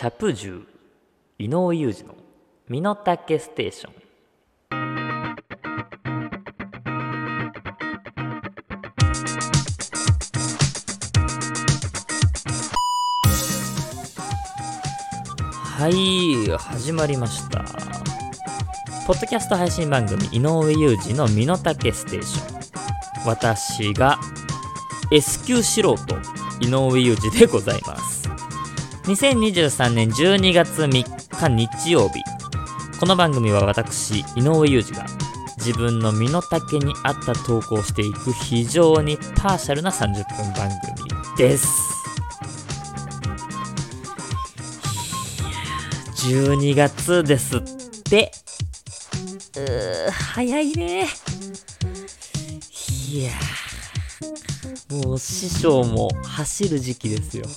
シャプ10井上裕二の身の丈ステーション。はい、始まりました。ポッドキャスト配信番組井上裕二の身の丈ステーション。私が S 級素人井上裕二でございます。2023年12月3日日曜日、この番組は私井上裕二が自分の身の丈に合った投稿をしていく非常にパーシャルな30分番組です。12月ですって。早いね。いやー、もう師匠も走る時期ですよ。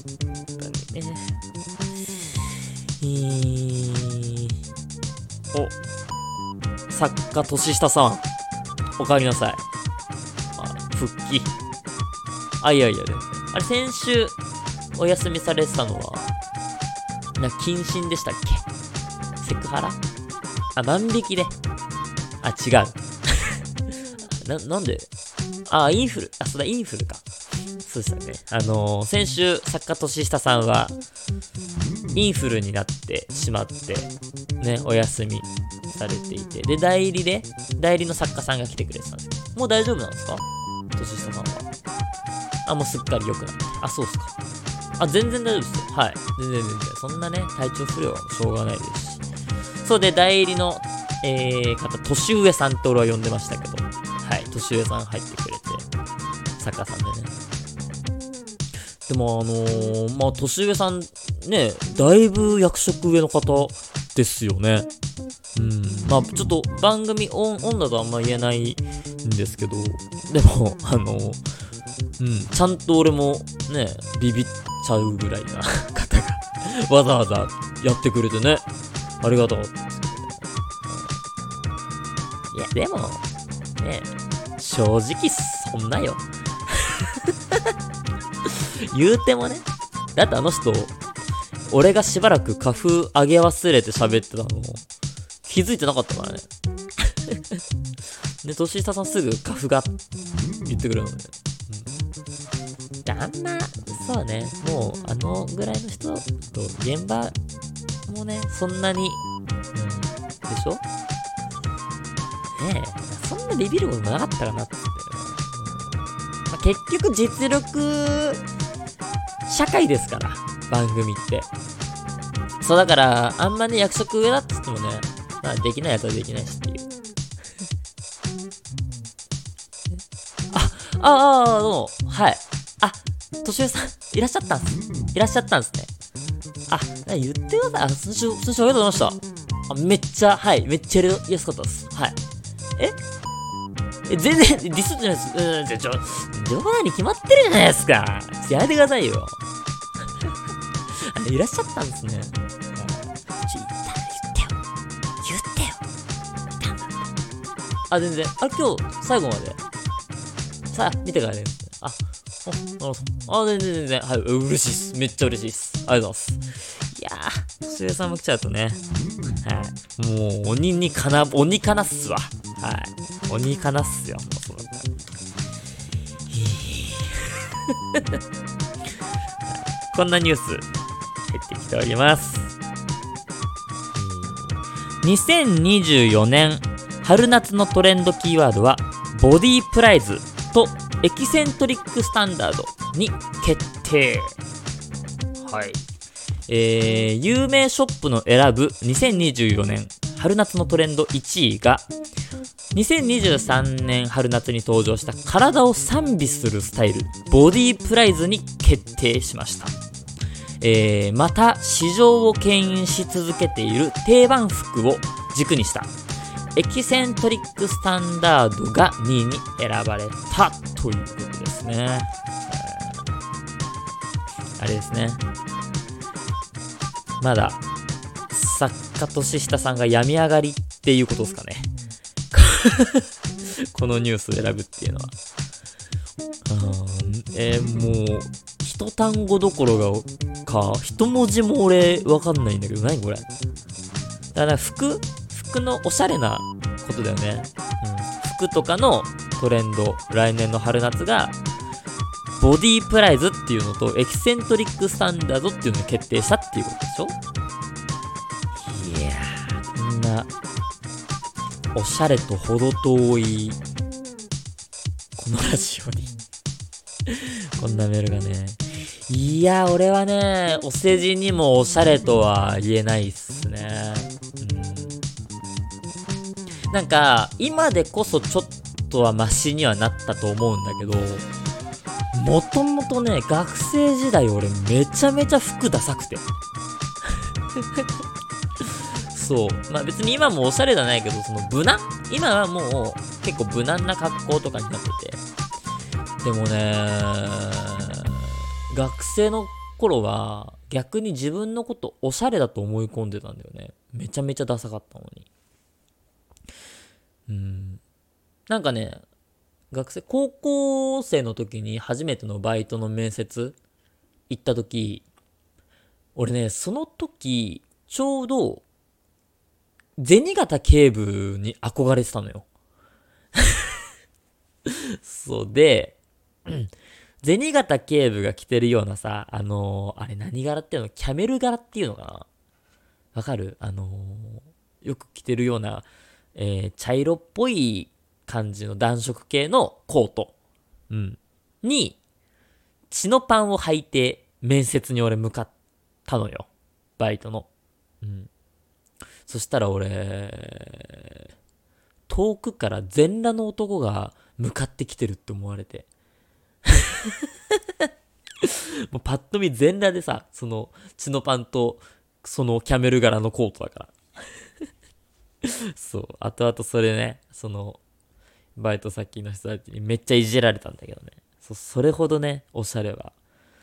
お、作家年下さん、おかえりなさい。復帰。いや、あれ先週お休みされてたのは謹慎でしたっけ？セクハラ？万引きで。違う。なんで？インフル。そうだ、インフルか。そうでしたね。先週、作家年下さんは、インフルになってしまって、ね、お休みされていて。で、代理の作家さんが来てくれてたんですけど、もう大丈夫なんですか？年下さんは。もうすっかり良くなって。そうっすか。全然大丈夫ですよ。はい。全然。そんなね、体調不良はしょうがないですし。そうで、代理の、方、年上さんって俺は呼んでましたけど、はい、年上さん入ってくれて、作家さんでね。でも年上さんね、だいぶ役職上の方ですよね。ちょっと番組オンだとあんま言えないんですけど、でも、ちゃんと俺もね、ビビっちゃうぐらいな方がわざわざやってくれてね、ありがとう。いや、でもね、正直そんなよ言うてもね、だって俺がしばらく花粉上げ忘れて喋ってたの気づいてなかったからねで、年下さんすぐ花粉が言ってくるのね。そうね、もうぐらいの人と現場もね、そんなに、でしょ？そんなビビることもなかったかなって、結局実力社会ですから、番組って。そうだから、あんまね、役職上だって言ってもね、できないやつはできないしっていう。どうも、はい。年上さん、いらっしゃったんですね。言ってください。その人ありがとうございました。めっちゃやりやすかったです。はい。全然ディスってないです。冗談に決まってるじゃないですか。やめてくださいよ。いらっしゃったんですね。言ってよ。全然。今日最後まで。見てからね。なるほど。全然。はい、嬉しいっす。めっちゃ嬉しいっす。ありがとうございます。いやー、年上さんも来ちゃうとね。はい。もう、鬼かなっすわ。はい。鬼かなっすよ。もうそうだこんなニュース入ってきております。2024年春夏のトレンドキーワードはボディプライズとエキセントリックスタンダードに決定。はい。有名ショップの選ぶ2024年春夏のトレンド1位が2023年春夏に登場した体を賛美するスタイルボディプライズに決定しました。また市場を牽引し続けている定番服を軸にしたエキセントリックスタンダードが2位に選ばれたということですね。あれですね、まだ作家年下さんが病み上がりっていうことですかねこのニュースを選ぶっていうのは。もう一単語どころか一文字も俺わかんないんだけど、何これ。だから服のおしゃれなことだよね。服とかのトレンド、来年の春夏がボディプライズっていうのとエキセントリックスタンダードっていうのを決定したっていうことでしょ。いやー、こんなおしゃれと程遠いこのラジオにこんなメールがね。いや、俺はね、お世辞にもおしゃれとは言えないっすね。なんか、今でこそちょっとはマシにはなったと思うんだけど、もともとね、学生時代俺めちゃめちゃ服ダサくて。そう。まあ別に今もおしゃれじゃないけど、その無難？今はもう結構無難な格好とかになってて。でもね、学生の頃は逆に自分のことおしゃれだと思い込んでたんだよね。めちゃめちゃダサかったのに。なんかね、高校生の時に初めてのバイトの面接行った時、俺ね、その時、ちょうど、銭形警部に憧れてたのよ。そうで、銭形警部が着てるようなさ、あれ何柄っていうの？キャメル柄っていうのかな？わかる？よく着てるような、茶色っぽい感じの暖色系のコート。に、チノパンを履いて面接に俺向かったのよ。バイトの。そしたら俺、遠くから全裸の男が向かってきてるって思われて。もうパッと見全裸でさ、そのチノパンとそのキャメル柄のコートだから。そう、後々それね、そのバイト先の人たちにめっちゃいじられたんだけどね。それほどね、おしゃれは、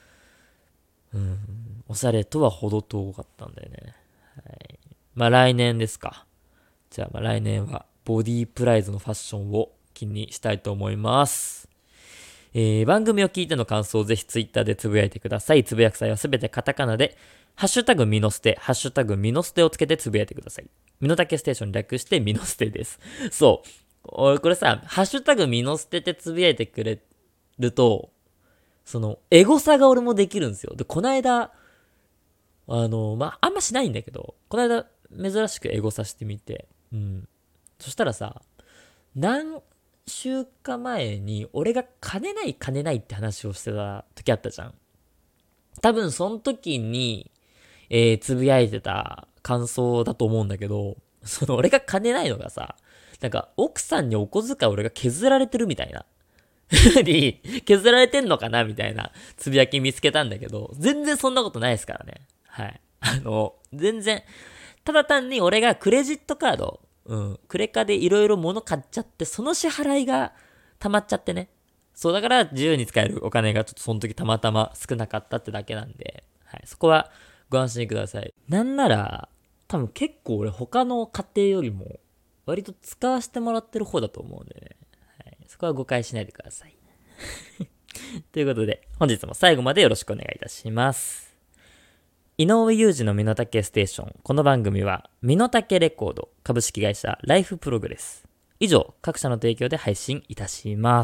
おしゃれとは程遠かったんだよね。はい。まあ来年ですか。じゃあ来年はボディプライズのファッションを気にしたいと思います。番組を聞いての感想をぜひツイッターでつぶやいてください。つぶやく際はすべてカタカナで、ハッシュタグミノステ、ハッシュタグミノステをつけてつぶやいてください。ミノタケステーション略してミノステです。そう。俺これさ、ハッシュタグミノステってつぶやいてくれると、その、エゴサが俺もできるんですよ。で、こないだ、あんましないんだけど、この間、珍しくエゴサしてみて、そしたらさ、何週間前に、俺が金ないって話をしてた時あったじゃん。多分、その時に、つぶやいてた感想だと思うんだけど、その、俺が金ないのがさ、なんか、奥さんにお小遣い俺が削られてるみたいな。に、削られてんのかなみたいなつぶやき見つけたんだけど、全然そんなことないですからね。はい。全然、ただ単に俺がクレジットカード、クレカでいろいろ物買っちゃって、その支払いが溜まっちゃってね。そう、だから自由に使えるお金がちょっとその時たまたま少なかったってだけなんで、はい。そこはご安心ください。なんなら、多分結構俺他の家庭よりも割と使わせてもらってる方だと思うんでね。はい。そこは誤解しないでください。ということで、本日も最後までよろしくお願いいたします。井上裕二の身の丈ステーション。この番組は、身の丈レコード株式会社ライフプログレス。以上、各社の提供で配信いたします。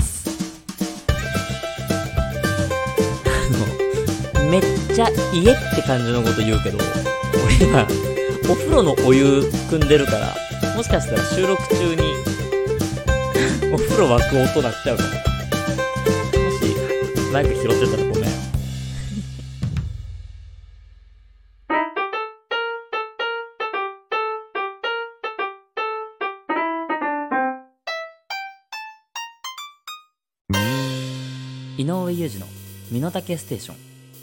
めっちゃ家って感じのこと言うけど、俺今、お風呂のお湯汲んでるから、もしかしたら収録中に、お風呂沸く音鳴っちゃうかも。もし、マイク拾ってたらごめん。井上裕二の身の丈ステーション。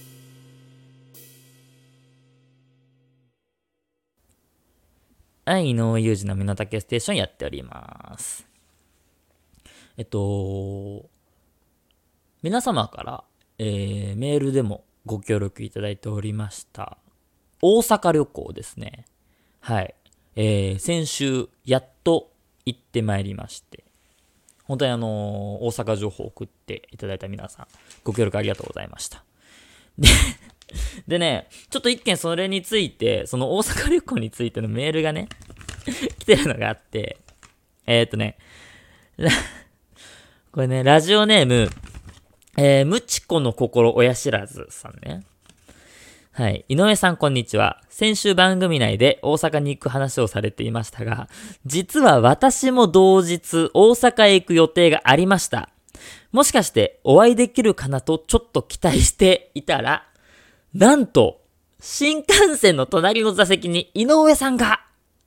はい、井上裕二の身の丈ステーションやっております。皆様から、メールでもご協力いただいておりました大阪旅行ですね。はい。先週やっと行ってまいりまして、本当に大阪情報を送っていただいた皆さん、ご協力ありがとうございました。 でね、ちょっと一件それについて、その大阪旅行についてのメールがね、来てるのがあって、ね、これね、ラジオネーム、むちこの心親知らずさんね。はい。井上さん、こんにちは。先週番組内で大阪に行く話をされていましたが、実は私も同日大阪へ行く予定がありました。もしかしてお会いできるかなとちょっと期待していたら、なんと、新幹線の隣の座席に井上さんが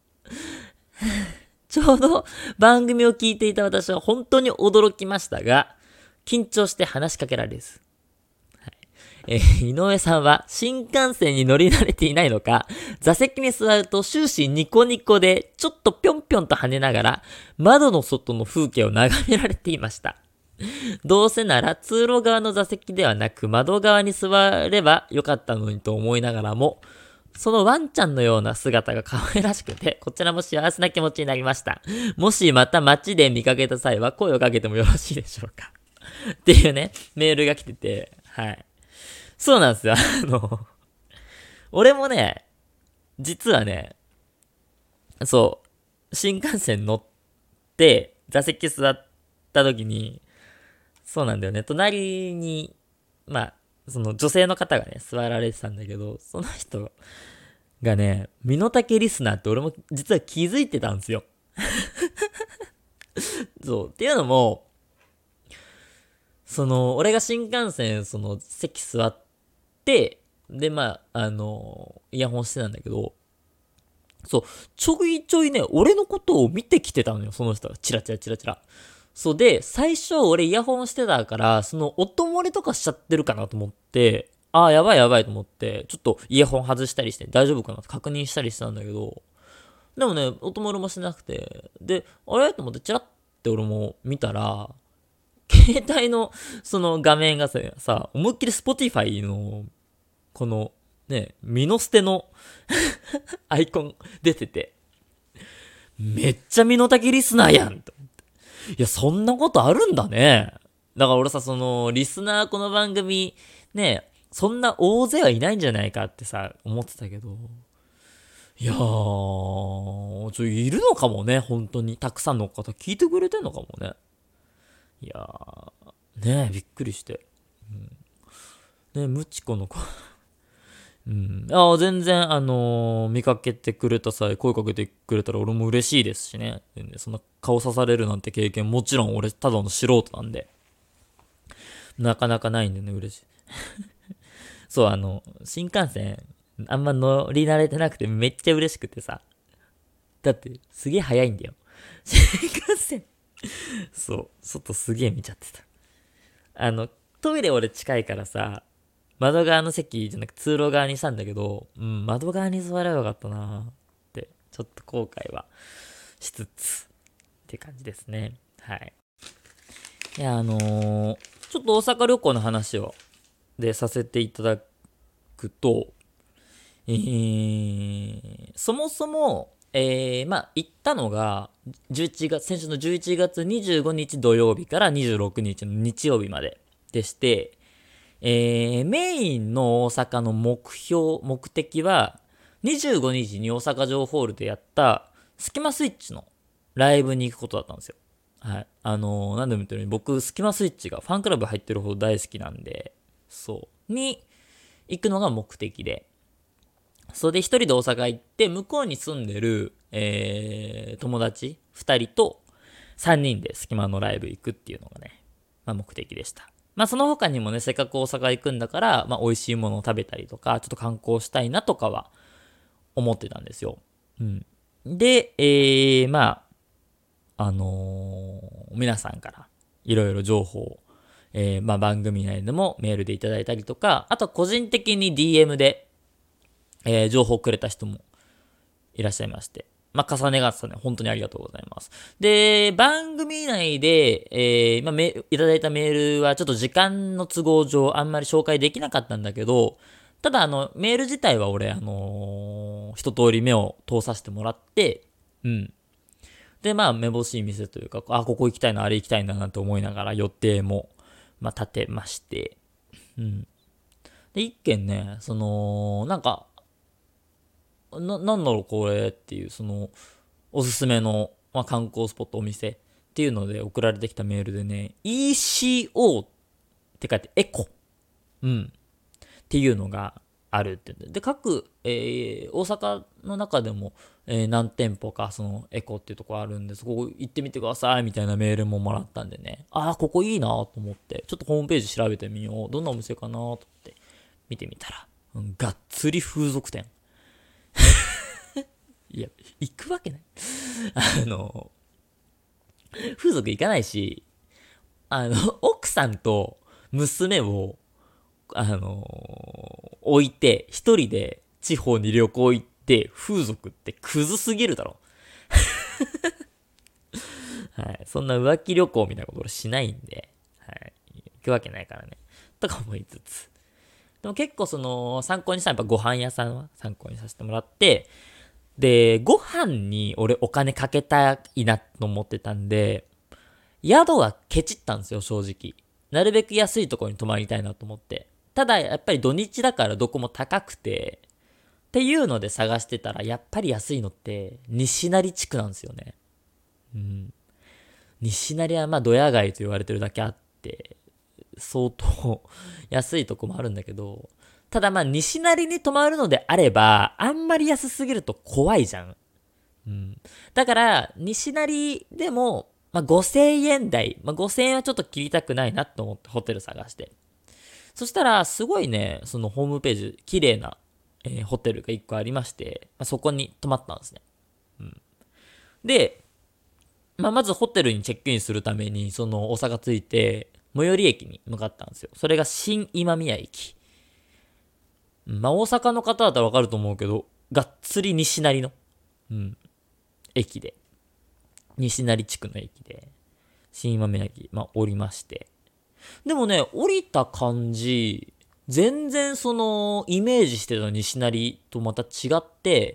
ちょうど番組を聞いていた私は本当に驚きましたが、緊張して話しかけられず。井上さんは新幹線に乗り慣れていないのか、座席に座ると終始ニコニコで、ちょっとぴょんぴょんと跳ねながら、窓の外の風景を眺められていました。どうせなら通路側の座席ではなく窓側に座ればよかったのにと思いながらも、そのワンちゃんのような姿が可愛らしくて、こちらも幸せな気持ちになりました。もしまた街で見かけた際は声をかけてもよろしいでしょうかっていうね、メールが来てて、はい。そうなんですよ。俺もね、実はね、そう、新幹線乗って、座席座った時に、そうなんだよね、隣に、まあ、その女性の方がね、座られてたんだけど、その人がね、身の丈リスナーって俺も実は気づいてたんですよ。そう。っていうのも、俺が新幹線、席座って、で、イヤホンしてたんだけど、そう、ちょいちょいね、俺のことを見てきてたのよ、その人が。チラチラチラチラ。そうで、最初俺イヤホンしてたから、音漏れとかしちゃってるかなと思って、ああ、やばいやばいと思って、ちょっとイヤホン外したりして、大丈夫かなって確認したりしてたんだけど、でもね、音漏れもしてなくて、で、あれと思ってチラッて俺も見たら、携帯のその画面がさ、思いっきり Spotify の、この、ね、ミノステのアイコン出てて、めっちゃ身の丈リスナーやんと。いや、そんなことあるんだね。だから俺さ、リスナーこの番組、ね、そんな大勢はいないんじゃないかってさ、思ってたけど。いやいるのかもね、本当に。たくさんの方聞いてくれてんのかもね。いやねびっくりして。ねムチコの子。全然、見かけてくれた際、声かけてくれたら俺も嬉しいですしね。そんな顔刺されるなんて経験、もちろん俺ただの素人なんで。なかなかないんでね、嬉しい。そう、新幹線、あんま乗り慣れてなくてめっちゃ嬉しくてさ。だって、すげえ早いんだよ。新幹線。そう、外すげえ見ちゃってた。トイレ俺近いからさ、窓側の席じゃなくて通路側にしたんだけど、窓側に座ればよかったなって、ちょっと後悔はしつつ、って感じですね。はい。いや、ちょっと大阪旅行の話を、させていただくと、そもそも、行ったのが、先週の11月25日土曜日から26日の日曜日まででして、メインの大阪の目的は、25日に大阪城ホールでやったスキマスイッチのライブに行くことだったんですよ。はい。何でも言ってるように僕、スキマスイッチがファンクラブ入ってるほど大好きなんで、に行くのが目的で。それで一人で大阪行って、向こうに住んでる、友達二人と三人でスキマのライブ行くっていうのがね、目的でした。その他にもね、せっかく大阪行くんだから、美味しいものを食べたりとか、ちょっと観光したいなとかは思ってたんですよ。で、皆さんからいろいろ情報を、番組内でもメールでいただいたりとか、あと個人的に DM で、情報をくれた人もいらっしゃいまして。重ねが重ね、本当にありがとうございます。で、番組内で、いただいたメールはちょっと時間の都合上あんまり紹介できなかったんだけど、ただメール自体は俺、一通り目を通させてもらって、で、めぼしい店というか、ここ行きたいな、あれ行きたいななんて思いながら予定も、立てまして、 で、一件ね、なんだろうこれっていう、おすすめの、観光スポットお店っていうので送られてきたメールでね、ECO って書いてエコ。うん。っていうのがあるって言うんで、各、大阪の中でも、何店舗かそのエコっていうとこあるんで、そこ行ってみてくださいみたいなメールももらったんでね、ここいいなと思って、ちょっとホームページ調べてみよう。どんなお店かなと思って見てみたら、がっつり風俗店。いや、行くわけない。あの、風俗行かないし、奥さんと娘を置いて、一人で地方に旅行行って、風俗ってクズすぎるだろ。はい。そんな浮気旅行みたいなこと俺しないんで、はい。行くわけないからね。とか思いつつ。でも結構参考にしたやっぱご飯屋さんは参考にさせてもらって、で、ご飯に俺お金かけたいなと思ってたんで、宿はケチったんですよ、正直。なるべく安いところに泊まりたいなと思って。ただ、やっぱり土日だからどこも高くて、っていうので探してたら、やっぱり安いのって、西成地区なんですよね。うん。西成はまあ、ドヤ街と言われてるだけあって、相当安いとこもあるんだけど、ただまあ、西成に泊まるのであれば、あんまり安すぎると怖いじゃん。うん。だから、西成でも、5000円台、5000円はちょっと切りたくないなと思ってホテル探して。そしたら、すごいね、そのホームページ、綺麗な、ホテルが1個ありまして、そこに泊まったんですね。うん。で、まずホテルにチェックインするために、その大阪着いて、最寄り駅に向かったんですよ。それが新今宮駅。大阪の方だったらわかると思うけど、がっつり西成の、うん、駅で。西成地区の駅で、新今宮駅、降りまして。でもね、降りた感じ、全然イメージしてた西成とまた違って、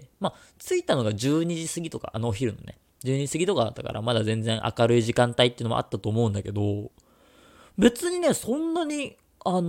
着いたのが12時過ぎとか、お昼のね、12時過ぎとかだったから、まだ全然明るい時間帯っていうのもあったと思うんだけど、別にね、そんなに、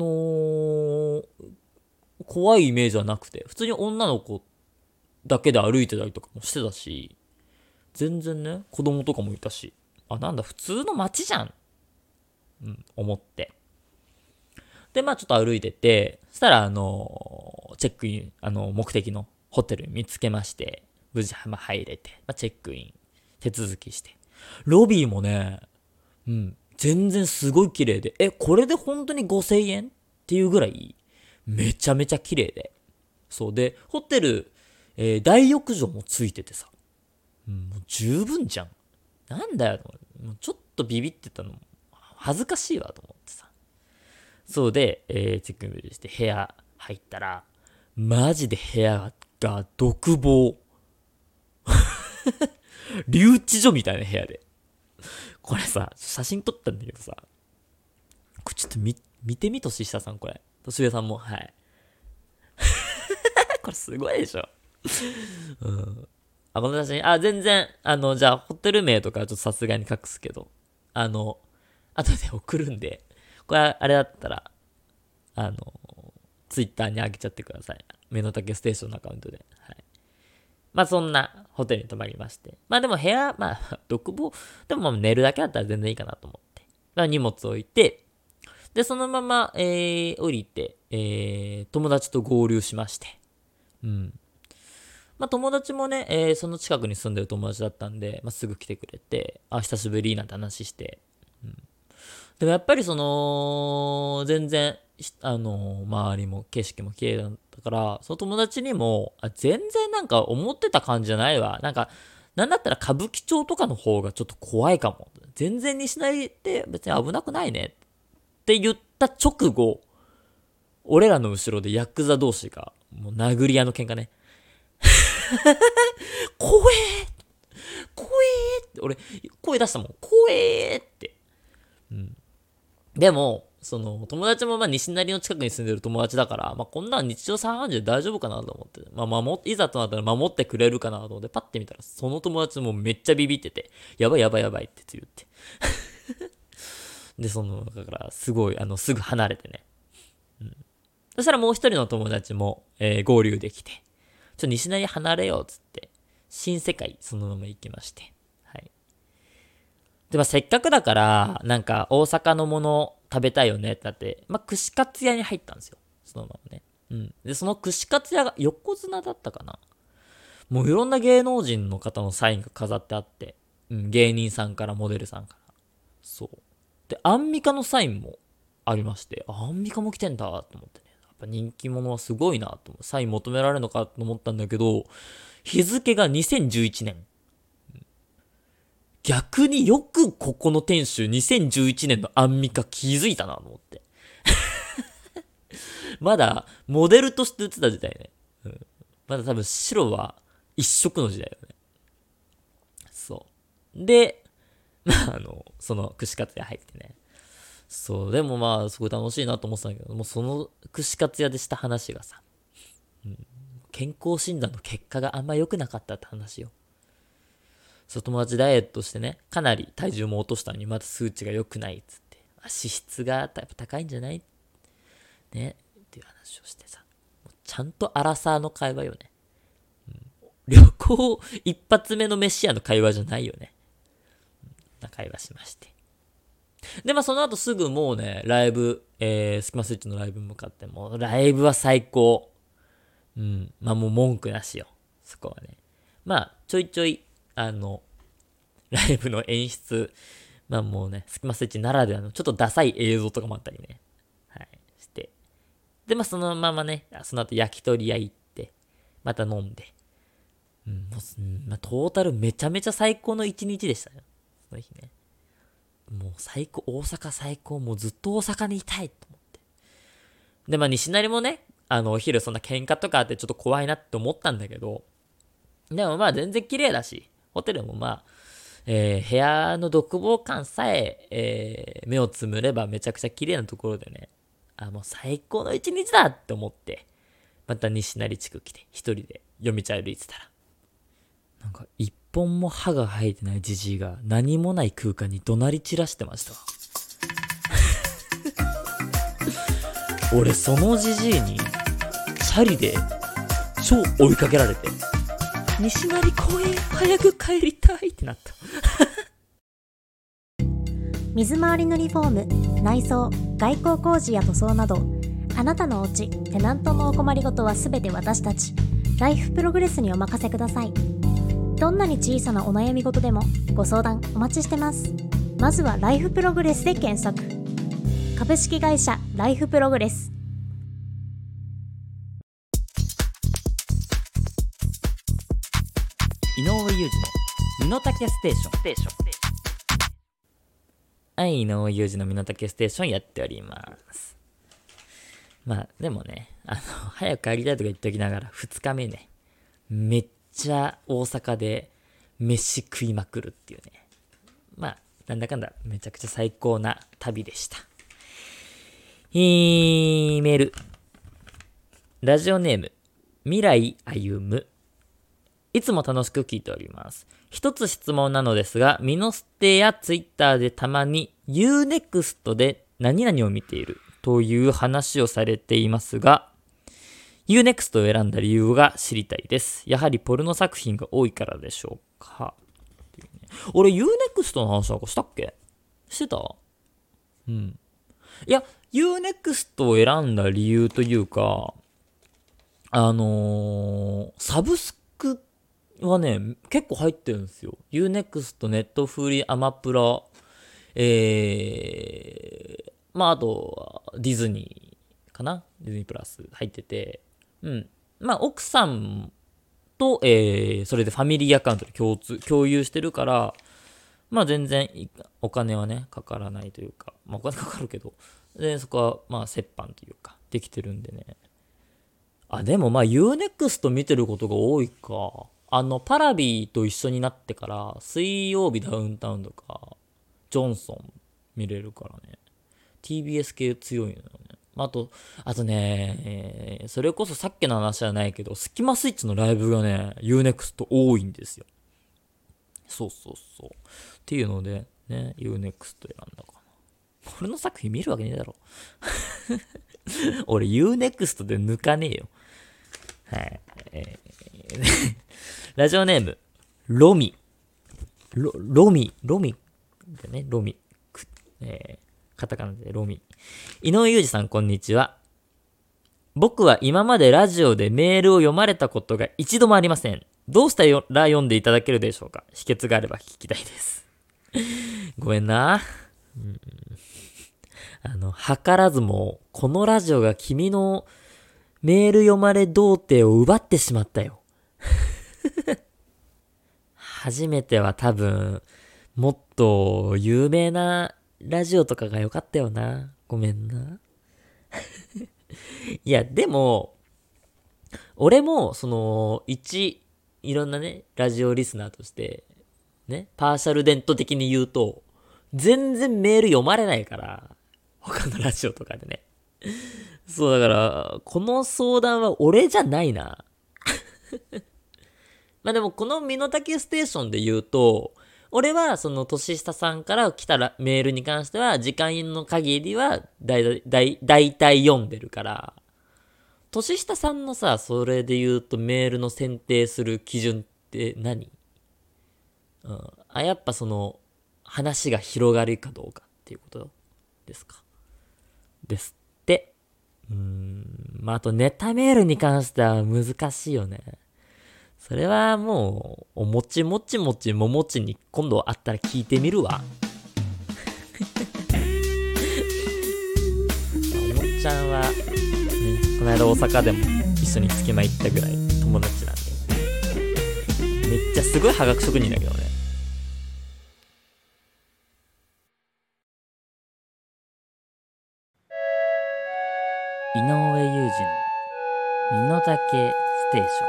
怖いイメージはなくて、普通に女の子だけで歩いてたりとかもしてたし、全然ね、子供とかもいたし、なんだ、普通の街じゃん。思って。で、ちょっと歩いてて、そしたら、チェックイン、目的のホテル見つけまして、無事、入れて、チェックイン、手続きして。ロビーもね、全然すごい綺麗で、これで本当に5000円っていうぐらい、めちゃめちゃ綺麗で。そうで、ホテル、大浴場もついててさ、もう十分じゃん。なんだよ、もうちょっとビビってたの、恥ずかしいわと思ってさ。そうで、チェックインして部屋入ったら、マジで部屋が独房。留置所みたいな部屋で。これさ、写真撮ったんだけどさ、これちょっと見てみ、年下さんこれ。年上さんも、はい。これすごいでしょ。うん。この写真、全然、じゃあ、ホテル名とかはちょっとさすがに隠すけど、後で送るんで、これ、あれだったら、ツイッターに上げちゃってください。目の丈ステーションのアカウントで。はい。そんなホテルに泊まりまして。でも部屋、独房、でも寝るだけだったら全然いいかなと思って。荷物置いて、で、そのまま、降りて、友達と合流しまして。うん。友達もね、その近くに住んでる友達だったんで、すぐ来てくれて、久しぶりなんて話して。うん。でもやっぱり全然、周りも景色も綺麗だったから、その友達にも、全然なんか思ってた感じじゃないわ。なんだったら歌舞伎町とかの方がちょっと怖いかも。全然西成って別に危なくないね。って言った直後、俺らの後ろでヤクザ同士が、もう殴り合いの喧嘩ね。怖え怖えって、俺、声出したもん。怖えって。うん。でも、友達も西成の近くに住んでる友達だから、こんなん日常茶飯事で大丈夫かなと思って。いざとなったら守ってくれるかなと思って、パッて見たら、その友達もめっちゃビビってて、やばいやばいやばいって言って。で、だから、すごい、すぐ離れてね。うん。 そしたらもう一人の友達も、合流できて、西成離れようっつって、新世界そのまま行きまして。はい。で、せっかくだから、なんか大阪のもの食べたいよねってなって、串カツ屋に入ったんですよ。そのままね。うん。で、その串カツ屋が横綱だったかな。もういろんな芸能人の方のサインが飾ってあって、うん、芸人さんからモデルさんから。そう。で、アンミカのサインもありまして、アンミカも来てんだと思ってね。やっぱ人気者はすごいなと思う。サイン求められるのかと思ったんだけど、日付が2011年。逆によくここの店主2011年のアンミカ気づいたなと思って。まだモデルとして売ってた時代ね。うん、まだ多分白は一色の時代よね。そう。で、その串カツ屋入ってね。そう、でもすごい楽しいなと思ってたんだけど、もうその串カツ屋でした話がさ、うん、健康診断の結果があんま良くなかったって話よ。そう、友達ダイエットしてね、かなり体重も落としたのにまだ数値が良くないっつって、脂質がやっぱ高いんじゃないね、っていう話をしてさ、ちゃんとアラサーの会話よね。旅行一発目の飯屋の会話じゃないよね。な会話しまして。で、その後すぐもうね、ライブ、スキマスイッチのライブ向かって、もうライブは最高。うん。もう文句なしよ。そこはね。ちょいちょい、ライブの演出、もうね、スキマスイッチならではのちょっとダサい映像とかもあったりね。はい。して。で、そのままね、その後焼き鳥屋行って、また飲んで。うん、もうトータルめちゃめちゃ最高の一日でしたよ。その日ね。もう最高、大阪最高、もうずっと大阪にいたいと思って。で、西成もね、お昼そんな喧嘩とかあってちょっと怖いなって思ったんだけど、でも全然綺麗だし、ホテルも部屋の独房感さえ目をつむればめちゃくちゃ綺麗なところでね、もう最高の一日だって思って、また西成地区来て、一人で夜道歩いてたら、なんか一本も歯が生えてないジジイが何もない空間に怒鳴り散らしてました。俺そのジジイにチャリで超追いかけられて、西成公園早く帰りたいってなった。 水回りのリフォーム、内装、外構工事や塗装など、あなたのお家、テナントのお困りごとはすべて私たちライフプログレスにお任せください。どんなに小さなお悩み事でもご相談お待ちしてます。まずはライフプログレスで検索。株式会社ライフプログレス。 井上裕二の身の丈ステーション。はい、井上裕二の身の丈ステーションやっております。でもね、早く帰りたいとか言っておきながら2日目ね、めっちゃ大阪で飯食いまくるっていうね。なんだかんだめちゃくちゃ最高な旅でした。メール。ラジオネーム、未来歩む。いつも楽しく聞いております。一つ質問なのですが、ミノステやツイッターでたまに Unext で何々を見ているという話をされていますが、Unext を選んだ理由が知りたいです。やはりポルノ作品が多いからでしょうか。俺 Unext の話なんかしたっけ？してた？うん。いや、Unext を選んだ理由というか、サブスクはね、結構入ってるんですよ。Unext、ネットフリ、アマプラ、あとはディズニーかな？ディズニープラス入ってて、うん。奥さんと、それでファミリーアカウントで共有してるから、全然お金はね、かからないというか、お金かかるけど、で、そこは折半というか、できてるんでね。でもUnext 見てることが多いか。パラビと一緒になってから、水曜日ダウンタウンとか、ジョンソン見れるからね。TBS 系強いのよね。あとね、それこそさっきの話じゃないけど、スキマスイッチのライブがね、Unext 多いんですよ。そう。っていうので、ね、Unext 選んだかな。俺の作品見るわけねえだろ。 俺 Unext で抜かねえよ。はい。ラジオネーム、ロミ。ロミだね、ロミ。カタカナでロミ。井上裕二さん、こんにちは。僕は今までラジオでメールを読まれたことが一度もありません。どうしたら読んでいただけるでしょうか。秘訣があれば聞きたいです。ごめんな。図らずも、このラジオが君のメール読まれ童貞を奪ってしまったよ。初めては多分、もっと有名なラジオとかが良かったよな。ごめんな。いや、でも、俺も、いろんなね、ラジオリスナーとして、ね、パーシャルデント的に言うと、全然メール読まれないから、他のラジオとかでね。そうだから、この相談は俺じゃないな。まあでもこの身の丈ステーションで言うと、俺はその年下さんから来たメールに関しては、時間の限りはだいたい読んでるから、年下さんのさ、それで言うとメールの選定する基準って何？やっぱ話が広がるかどうかっていうことですか。ですって。まあ、あとネタメールに関しては難しいよね。それはもう、もちもちに今度会ったら聞いてみるわ。おもちゃんは、ね、この間大阪でも一緒に月間行ったぐらい友達なんで。めっちゃすごいハガキ職人だけどね。井上裕二の身の丈ステーション。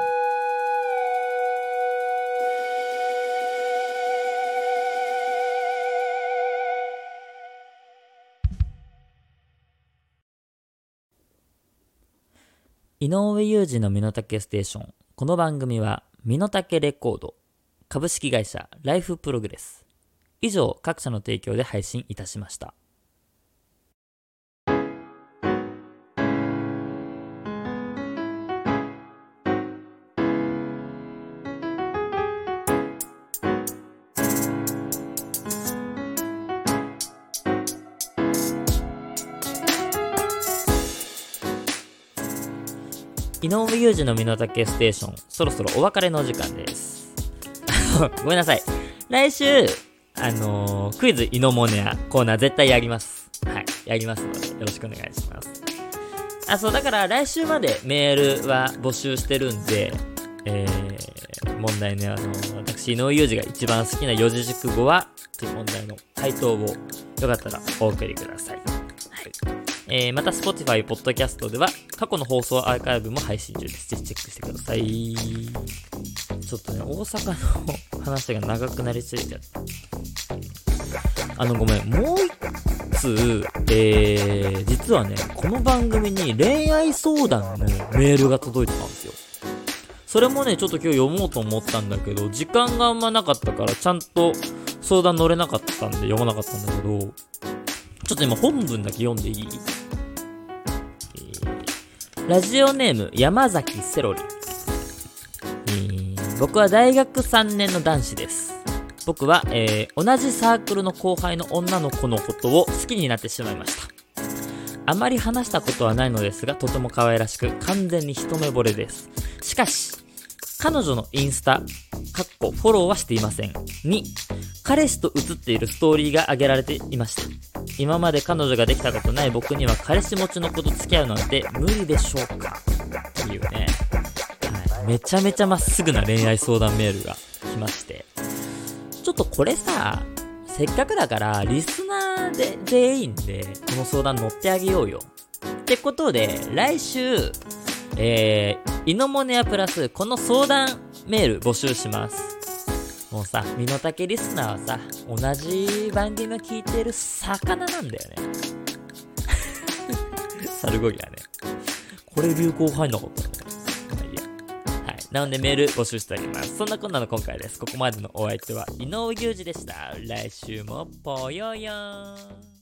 井上裕二の身の丈ステーション。この番組は身の丈レコード株式会社ライフプログレス以上各社の提供で配信いたしました。井上裕二の身の丈ステーション、そろそろお別れの時間です。ごめんなさい。来週、クイズイノモネアコーナー絶対やります。はい。やりますので、よろしくお願いします。そう、だから来週までメールは募集してるんで、問題ね、私、井上裕二が一番好きな四字熟語は、という問題の回答を、よかったらお送りください。はい。また Spotify、Podcast では過去の放送アーカイブも配信中です。ぜひチェックしてください。ちょっとね、大阪の話が長くなりすぎちゃった。ごめん、もう一つ、実はね、この番組に恋愛相談のメールが届いてたんですよ。それもね、ちょっと今日読もうと思ったんだけど、時間があんまなかったから、ちゃんと相談乗れなかったんで読まなかったんだけど、ちょっと今本文だけ読んでいい？ラジオネーム山崎セロリ。僕は大学3年の男子です。僕は、同じサークルの後輩の女の子のことを好きになってしまいました。あまり話したことはないのですが、とても可愛らしく完全に一目惚れです。しかし彼女のインスタフォローはしていませんに、彼氏と写っているストーリーが上げられていました。今まで彼女ができたことない僕には彼氏持ちの子と付き合うなんて無理でしょうかっていうね、はい、めちゃめちゃまっすぐな恋愛相談メールが来まして、ちょっとこれさ、せっかくだからリスナーで全員でこの相談乗ってあげようよってことで、来週イノモネアプラスこの相談メール募集します。もうさ、身の丈リスナーはさ、同じ番組を聞いてる魚なんだよね。サルゴリラね。これ流行入んなかったね。まあいいや。はい。なのでメール募集しております。そんなこんなの今回です。ここまでのお相手は井上裕二でした。来週もぽよよーん。